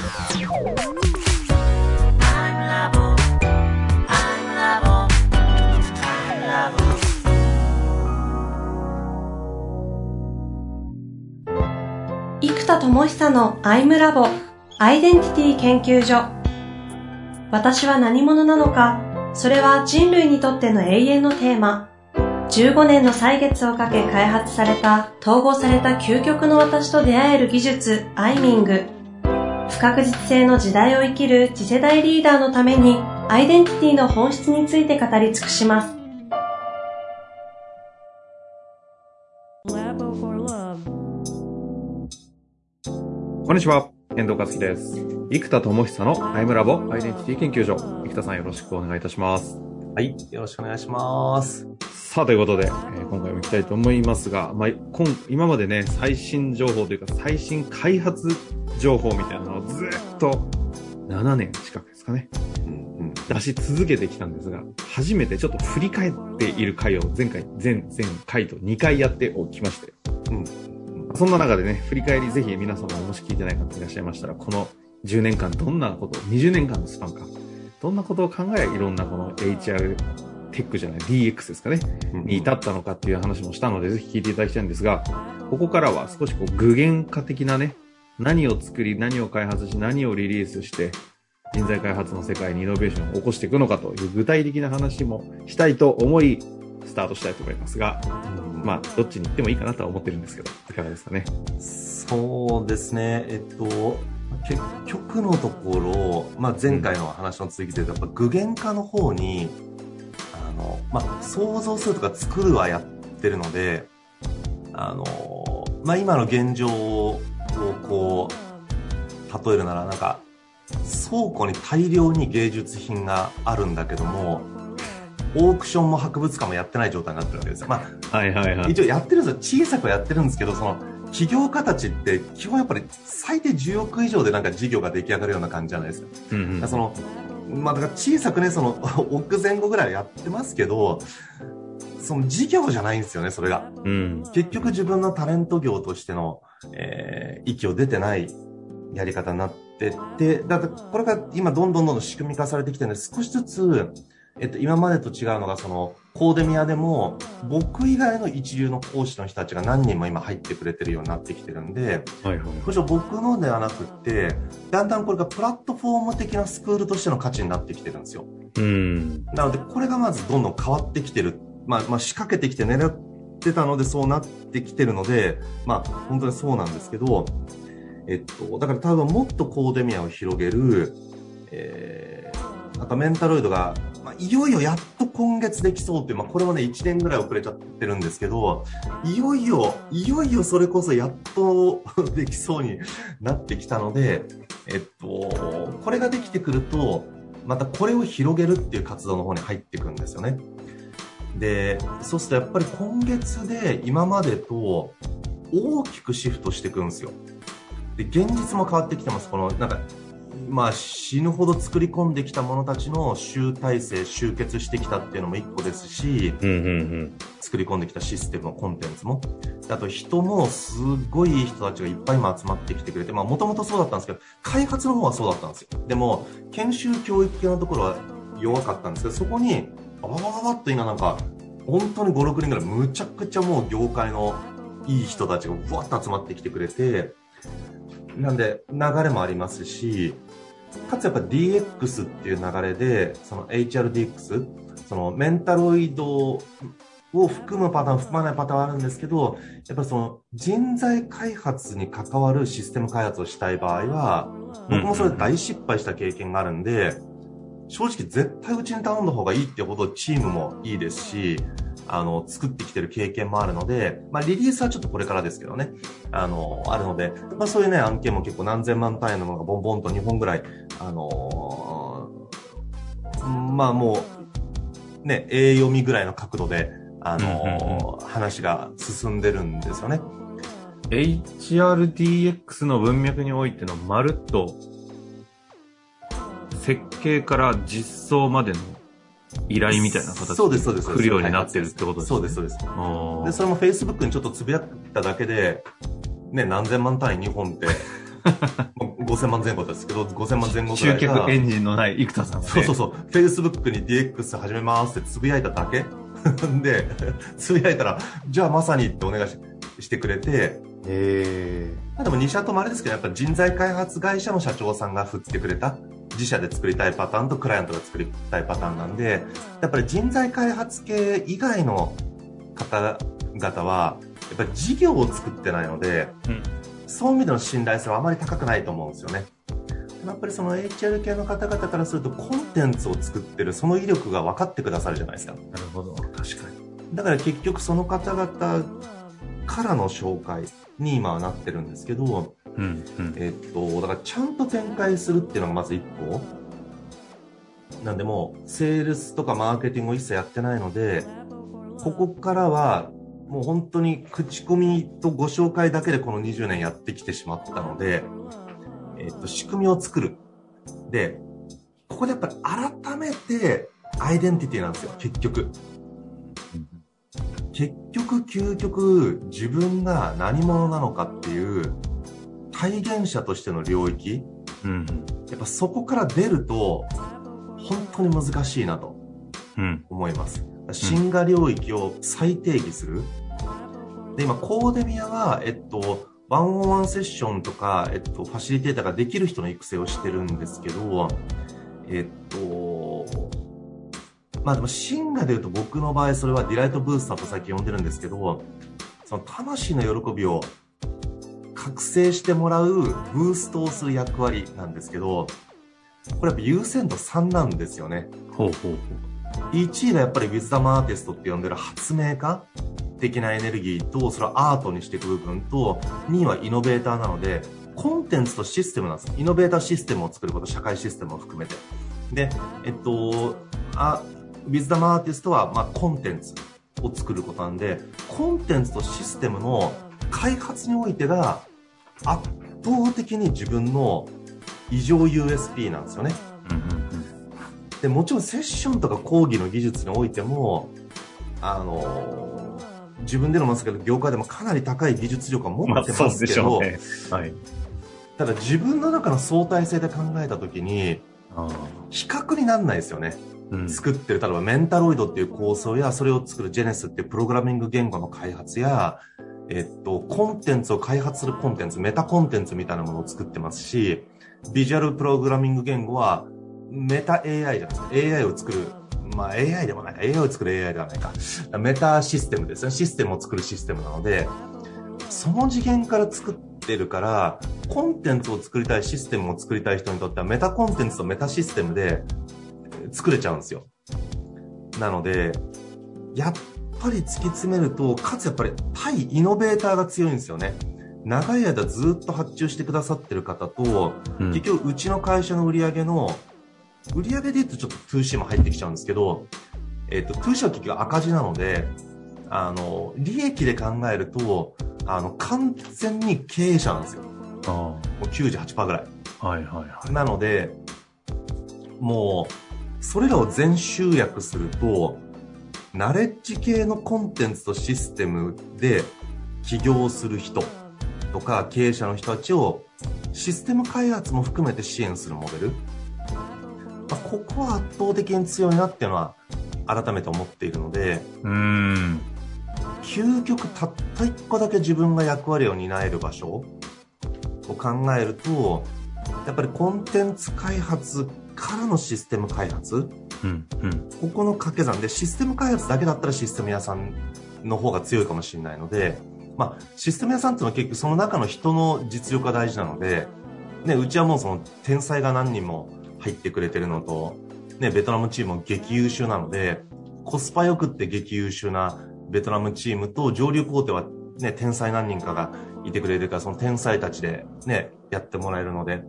生田智久のアイムラボアイデンティティ研究所。私は何者なのか、それは人類にとっての永遠のテーマ。15年の歳月をかけ開発された統合された究極の私と出会える技術アイミング。不確実性の時代を生きる次世代リーダーのためにアイデンティティの本質について語り尽くします。 こんにちは、遠藤和樹です。生田智久のアイムラボアイデンティティ研究所。生田さんよろしくお願いいたします。 はい、よろしくお願いします。 さあ、ということで、今回も行きたいと思いますが、今までね、最新情報というか最新開発情報みたいなのをずっと7年近くですかね、出し続けてきたんですが、初めてちょっと振り返っている回を前回と2回やっておきまして、そんな中でね、振り返りぜひ皆様もし聞いてない方いらっしゃいましたら、この10年間どんなこと、20年間のスパンか、どんなことを考え、いろんなこの HR テックじゃない DX ですかね、に至ったのかっていう話もしたので、ぜひ聞いていただきたいんですが、ここからは少しこう具現化的なね、何を作り、何を開発し、何をリリースして、人材開発の世界にイノベーションを起こしていくのかという具体的な話もしたいと思い、スタートしたいと思いますが、どっちに行ってもいいかなとは思ってるんですけど、いかがですかね。 そうですね。結局のところ、前回の話の続きで言うと、やっぱ具現化の方に、想像するとか作るはやってるので、今の現状をこう、例えるならなんか、倉庫に大量に芸術品があるんだけども、オークションも博物館もやってない状態になってるわけですよ。一応やってるんですよ。小さくはやってるんですけど、その起業家たちって基本やっぱり最低10億以上でなんか事業が出来上がるような感じじゃないですか。だから小さくね、その億前後ぐらいはやってますけど、その事業じゃないんですよね、それが。結局自分のタレント業としての、息を出てないやり方になってって、だからこれが今どんどん仕組み化されてきてるんで、少しずつ今までと違うのが、そのコーデミアでも僕以外の一流の講師の人たちが何人も今入ってくれてるようになってきてるんで、むしろ僕のではなくってだんだんこれがプラットフォーム的なスクールとしての価値になってきてるんですよ。なのでこれがまずどんどん変わってきてる、仕掛けてきて狙ってたのでそうなってきてるので、本当にそうなんですけど、だから多分もっとコーデミアを広げる、あとメンタロイドがいよいよやっと今月できそうっていう、これはね1年ぐらい遅れちゃってるんですけど、いよいよそれこそやっとできそうになってきたので、これができてくるとまたこれを広げるっていう活動の方に入ってくるんですよね。で、そうするとやっぱり今月で今までと大きくシフトしてくるんですよ。で、現実も変わってきてます。このなんか死ぬほど作り込んできた者たちの集大成集結してきたっていうのも一個ですし、作り込んできたシステムのコンテンツも、あと人もすごいいい人たちがいっぱい今集まってきてくれて、もともとそうだったんですけど、開発の方はそうだったんですよ。でも研修教育系のところは弱かったんですけど、そこにバッと今なんか本当に5、6人ぐらいむちゃくちゃもう業界のいい人たちがブワッと集まってきてくれて、なんで流れもありますし、かつやっぱ DX っていう流れで、その HRDX、そのメンタロイドを含むパターン、含まないパターンあるんですけど、やっぱりその人材開発に関わるシステム開発をしたい場合は、僕もそれで大失敗した経験があるんで、正直絶対うちに頼んだ方がいいってほどチームもいいですし、作ってきてる経験もあるので、リリースはちょっとこれからですけどね、あるので、そういうね、案件も結構何千万単位のものがボンボンと2本ぐらい、もう、ね、A 読みぐらいの角度で、話が進んでるんですよね。 HRDX の文脈においてのまるっと、設計から実装までの依頼みたいな形で来るようになってるってことですね。 そうです。で、それも Facebook にちょっとつぶやっただけで、ね、何千万単位2本って、 5000万前後ですけど、5000万前後ぐらいが。 集客エンジンのない生田さんで。 そう。Facebook に DX 始めますってつぶやいただけで、つぶやいたら、じゃあまさにってお願いしてくれて、でも2社ともあれですけど、やっぱり人材開発会社の社長さんが振ってくれた、自社で作りたいパターンとクライアントが作りたいパターンなんで、やっぱり人材開発系以外の方々は、やっぱり事業を作ってないので、そういう意味での信頼性はあまり高くないと思うんですよね。やっぱりその HR 系の方々からするとコンテンツを作ってるその威力が分かってくださるじゃないですか。なるほど、確かに。 だから結局その方々からの紹介に今はなってるんですけど、だからちゃんと展開するっていうのがまず一歩なんで、もうセールスとかマーケティングを一切やってないので、ここからはもう本当に口コミとご紹介だけでこの20年やってきてしまったので、仕組みを作る。で、ここでやっぱり改めてアイデンティティなんですよ、結局。究極自分が何者なのかっていう体現者としての領域、やっぱそこから出ると本当に難しいなと思います。シンガ領域を再定義する。で、今コーデミアはワンオンワンセッションとか、ファシリテーターができる人の育成をしてるんですけど、まあでもシンガで言うと僕の場合それはディライトブースターと最近呼んでるんですけど、その魂の喜びを覚醒してもらうブーストをする役割なんですけど、これやっぱ優先度3なんですよね。1位がやっぱりウィズダムアーティストって呼んでる発明家的なエネルギーと、それをアートにしていく部分と、2位はイノベーターなので、コンテンツとシステムなんです。イノベーターシステムを作ること、社会システムを含めて。で、ウィズダムアーティストは、まあ、コンテンツを作ることなんで、コンテンツとシステムの開発においてが、圧倒的に自分の異常 USP なんですよね。で、もちろんセッションとか講義の技術においても、自分でのますけど業界でもかなり高い技術力を持ってますけど、ただ自分の中の相対性で考えたときに比較にならないですよね。作ってる例えばメンタロイドっていう構想や、それを作るジェネスっていうプログラミング言語の開発や、コンテンツを開発するコンテンツ、メタコンテンツみたいなものを作ってますし、ビジュアルプログラミング言語はメタ AI じゃないですか。AI を作る、まあ AI でもないか、AI を作る AI ではないか。メタシステムですね。システムを作るシステムなので、その次元から作ってるから、コンテンツを作りたい、システムを作りたい人にとってはメタコンテンツとメタシステムで作れちゃうんですよ。なので、やっぱり突き詰めると、かつやっぱり対イノベーターが強いんですよね。長い間ずっと発注してくださってる方と、結局うちの会社の売り上げで言うとちょっと 2C も入ってきちゃうんですけど、2C は結局赤字なので、利益で考えると、完全に経営者なんですよ。もう 98% ぐらい。なので、もう、それらを全集約すると、ナレッジ系のコンテンツとシステムで起業する人とか経営者の人たちをシステム開発も含めて支援するモデル。ここは圧倒的に強いなっていうのは改めて思っているので、究極たった一個だけ自分が役割を担える場所を考えると、やっぱりコンテンツ開発からのシステム開発、ここの掛け算で、システム開発だけだったらシステム屋さんの方が強いかもしれないので、システム屋さんっていうのは結局その中の人の実力が大事なので、ね、うちはもうその天才が何人も入ってくれてるのと、ね、ベトナムチームも激優秀なので、コスパよくって激優秀なベトナムチームと上流工程はね、天才何人かがいてくれるから、その天才たちでね、やってもらえるので、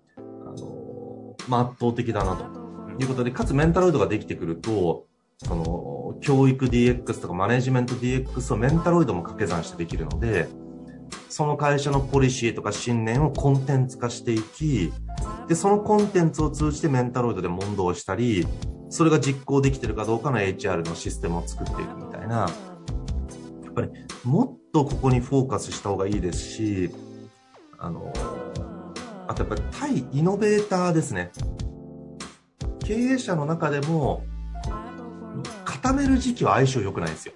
圧倒的だなということで、かつメンタロイドができてくると、その教育 DX とかマネジメント DX をメンタロイドも掛け算してできるので、その会社のポリシーとか信念をコンテンツ化していき、でそのコンテンツを通じてメンタロイドで問答したり、それが実行できてるかどうかの HR のシステムを作っていくみたいな、やっぱりもっとここにフォーカスした方がいいですし、 あとやっぱり対イノベーターですね。経営者の中でも固める時期は相性良くないんですよ。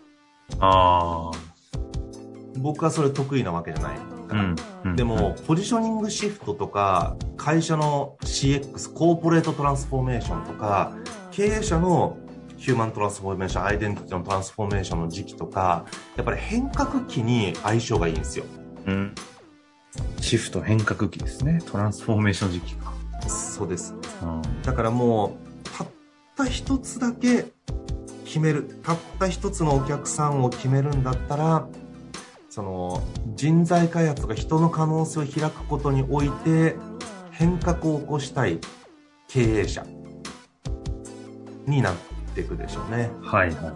僕はそれ得意なわけじゃないから、でもポジショニングシフトとか会社の CX コーポレートトランスフォーメーションとか経営者のヒューマントランスフォーメーションアイデンティティのトランスフォーメーションの時期とかやっぱり変革期に相性がいいんですよ。 シフト変革期ですね。トランスフォーメーション時期か。 そうです。だからもうたった一つだけ決める、たった一つのお客さんを決めるんだったら、その人材開発とか人の可能性を開くことにおいて変革を起こしたい経営者になっていくでしょうね。 はいはいはい。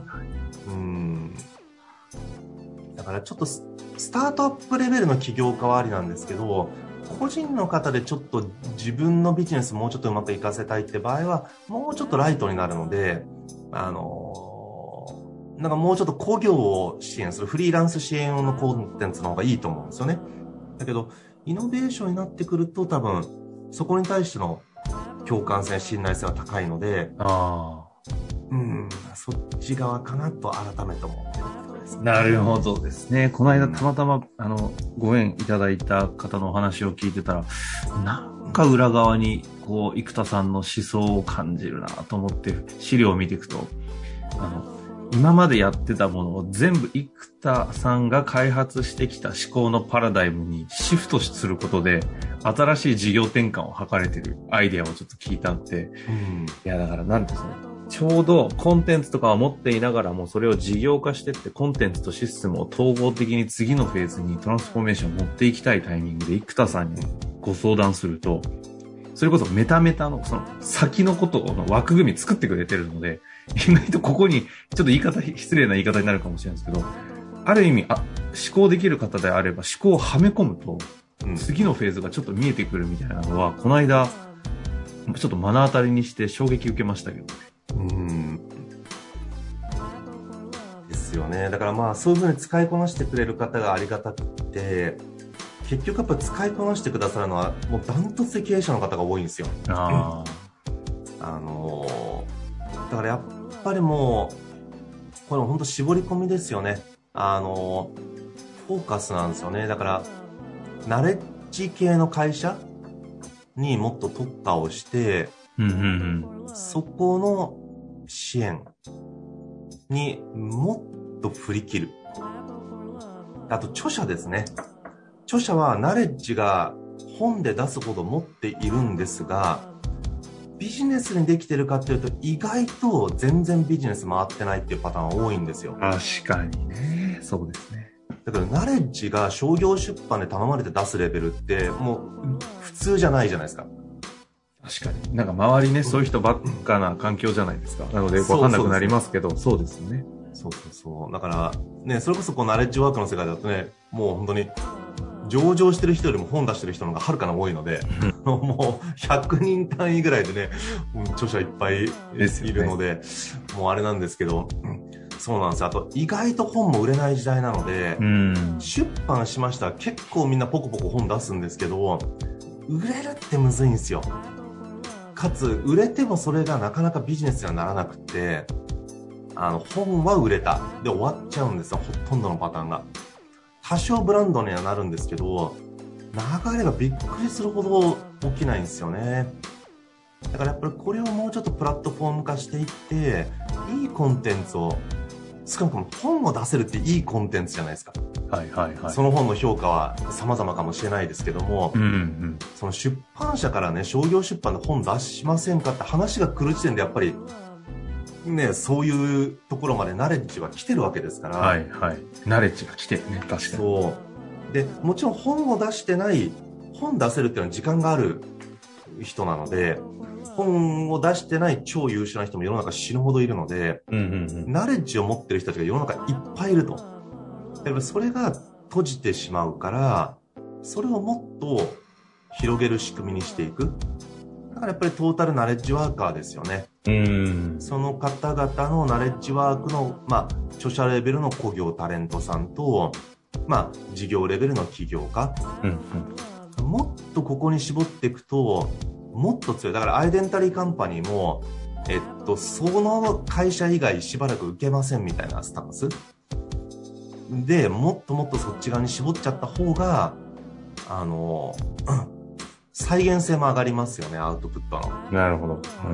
だからちょっとスタートアップレベルの起業家はありなんですけど、個人の方でちょっと自分のビジネスもうちょっとうまくいかせたいって場合はもうちょっとライトになるので、なんかもうちょっと個業を支援するフリーランス支援用のコンテンツの方がいいと思うんですよね。だけどイノベーションになってくると多分そこに対しての共感性信頼性は高いので、そっち側かなと改めて思っているところです。 なるほどですね。この間たまたまご縁いただいた方のお話を聞いてたら、なんか裏側にこう生田さんの思想を感じるなと思って資料を見ていくと、今までやってたものを全部生田さんが開発してきた思考のパラダイムにシフトすることで新しい事業転換を図れてるアイデアをちょっと聞いたって、いやだからなんですね、ちょうどコンテンツとかを持っていながらもそれを事業化してってコンテンツとシステムを統合的に次のフェーズにトランスフォーメーションを持っていきたいタイミングで生田さんにご相談すると、それこそメタメタのその先のことの枠組み作ってくれてるので、意外とここにちょっと失礼な言い方になるかもしれないんですけど、ある意味思考できる方であれば思考をはめ込むと次のフェーズがちょっと見えてくるみたいなのはこの間ちょっと目の当たりにして衝撃受けましたけどね。 ですよね。だからまあそういう風に使いこなしてくれる方がありがたくて、結局やっぱ使いこなしてくださるのはもうダントツで経営者の方が多いんですよ。だからやっぱりもうこれ本当絞り込みですよね。フォーカスなんですよね。だからナレッジ系の会社にもっと特化をして、そこの支援にもっと振り切る。あと著者ですね。著者はナレッジが本で出すほど持っているんですが、ビジネスにできてるかっていうと意外と全然ビジネス回ってないっていうパターンが多いんですよ。 確かにね。そうですね。 だからナレッジが商業出版で頼まれて出すレベルってもう普通じゃないじゃないですか。 確かに。なんか周りね、そういう人ばっかな環境じゃないですか。なので分かんなくなりますけど、そうですよね。 そう。だからね、それこそこうナレッジワークの世界だとね、もう本当に上場してる人よりも本出してる人の方がはるかに多いので、もう100人単位ぐらいでね、著者いっぱいいるので、もうあれなんですけど、そうなんですよ。あと意外と本も売れない時代なので、出版しましたら結構みんなポコポコ本出すんですけど、売れるってむずいんですよ。かつ売れてもそれがなかなかビジネスにはならなくて、本は売れたで終わっちゃうんですよ。ほとんどのパターンが。多少ブランドにはなるんですけど、流れがびっくりするほど起きないんですよね。だからやっぱりこれをもうちょっとプラットフォーム化していって、いいコンテンツを、少なくとも本を出せるっていいコンテンツじゃないですか。その本の評価は様々かもしれないですけども、その出版社からね、商業出版で本出しませんかって話が来る時点でやっぱりね、そういうところまでナレッジは来てるわけですから。 ナレッジが来てるね。確かに。 そうで、もちろん本を出してない、本出せるっていうのは時間がある人なので、本を出してない超優秀な人も世の中死ぬほどいるので、ナレッジを持ってる人たちが世の中いっぱいいると。だからそれが閉じてしまうから、それをもっと広げる仕組みにしていく。だからやっぱりトータルナレッジワーカーですよね。その方々のナレッジワークの、著者レベルの工業タレントさんと、事業レベルの起業家もっとここに絞っていくともっと強い。だからアイデンティティカンパニーもその会社以外しばらく受けませんみたいなスタンスで、もっともっとそっち側に絞っちゃった方が再現性も上がりますよね、アウトプットの。 なるほど。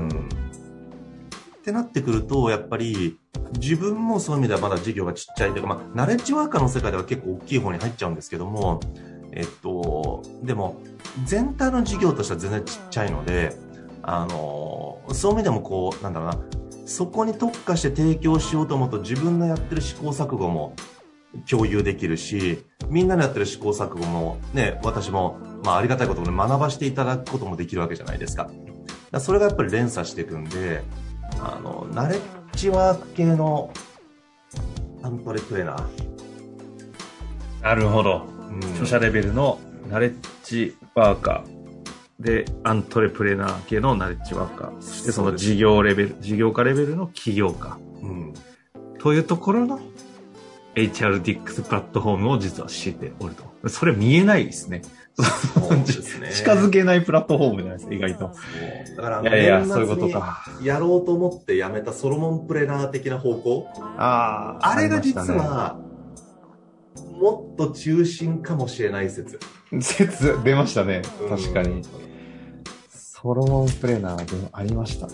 ってなってくると、やっぱり自分もそういう意味ではまだ事業がちっちゃいというか、ナレッジワーカーの世界では結構大きい方に入っちゃうんですけども、でも全体の事業としては全然ちっちゃいので、そういう意味でもこうなんだろうな、そこに特化して提供しようと思うと自分のやってる試行錯誤も共有できるし、みんなのやってる試行錯誤もね、私もありがたいことに学ばせていただくこともできるわけじゃないですか。だからそれがやっぱり連鎖していくんで、ナレッジワーク系のアントレプレナー。 なるほど。著者レベルのナレッジワーカーで、アントレプレナー系のナレッジワーカー。そしてその事業家レベルの起業家。というところの HRDX プラットフォームを実は知っておると。それ見えないですね。 そうですね。 近づけないプラットフォームじゃないですか、意外と。 だからいやそういうことか。 やろうと思ってやめたソロモンプレナー的な方向。あれが実は、もっと中心かもしれない説出ましたね。確かに。ソロモンプレナーでもありましたね。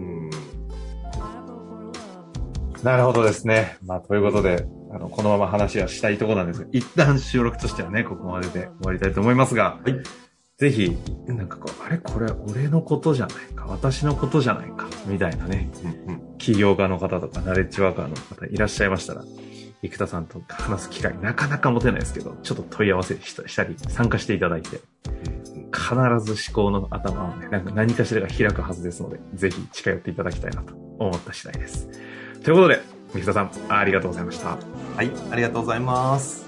なるほどですね。ということで、このまま話はしたいところなんですが、一旦収録としてはね、ここまでで終わりたいと思いますが、はい、ぜひ、これ俺のことじゃないか、私のことじゃないか、みたいなね、起業家の方とかナレッジワーカーの方いらっしゃいましたら、生田さんと話す機会なかなか持てないですけど、ちょっと問い合わせしたり、参加していただいて、必ず思考の頭をね、何かしらが開くはずですので、ぜひ近寄っていただきたいなと思った次第です。ということで、生田さん、ありがとうございました。 はい、ありがとうございます。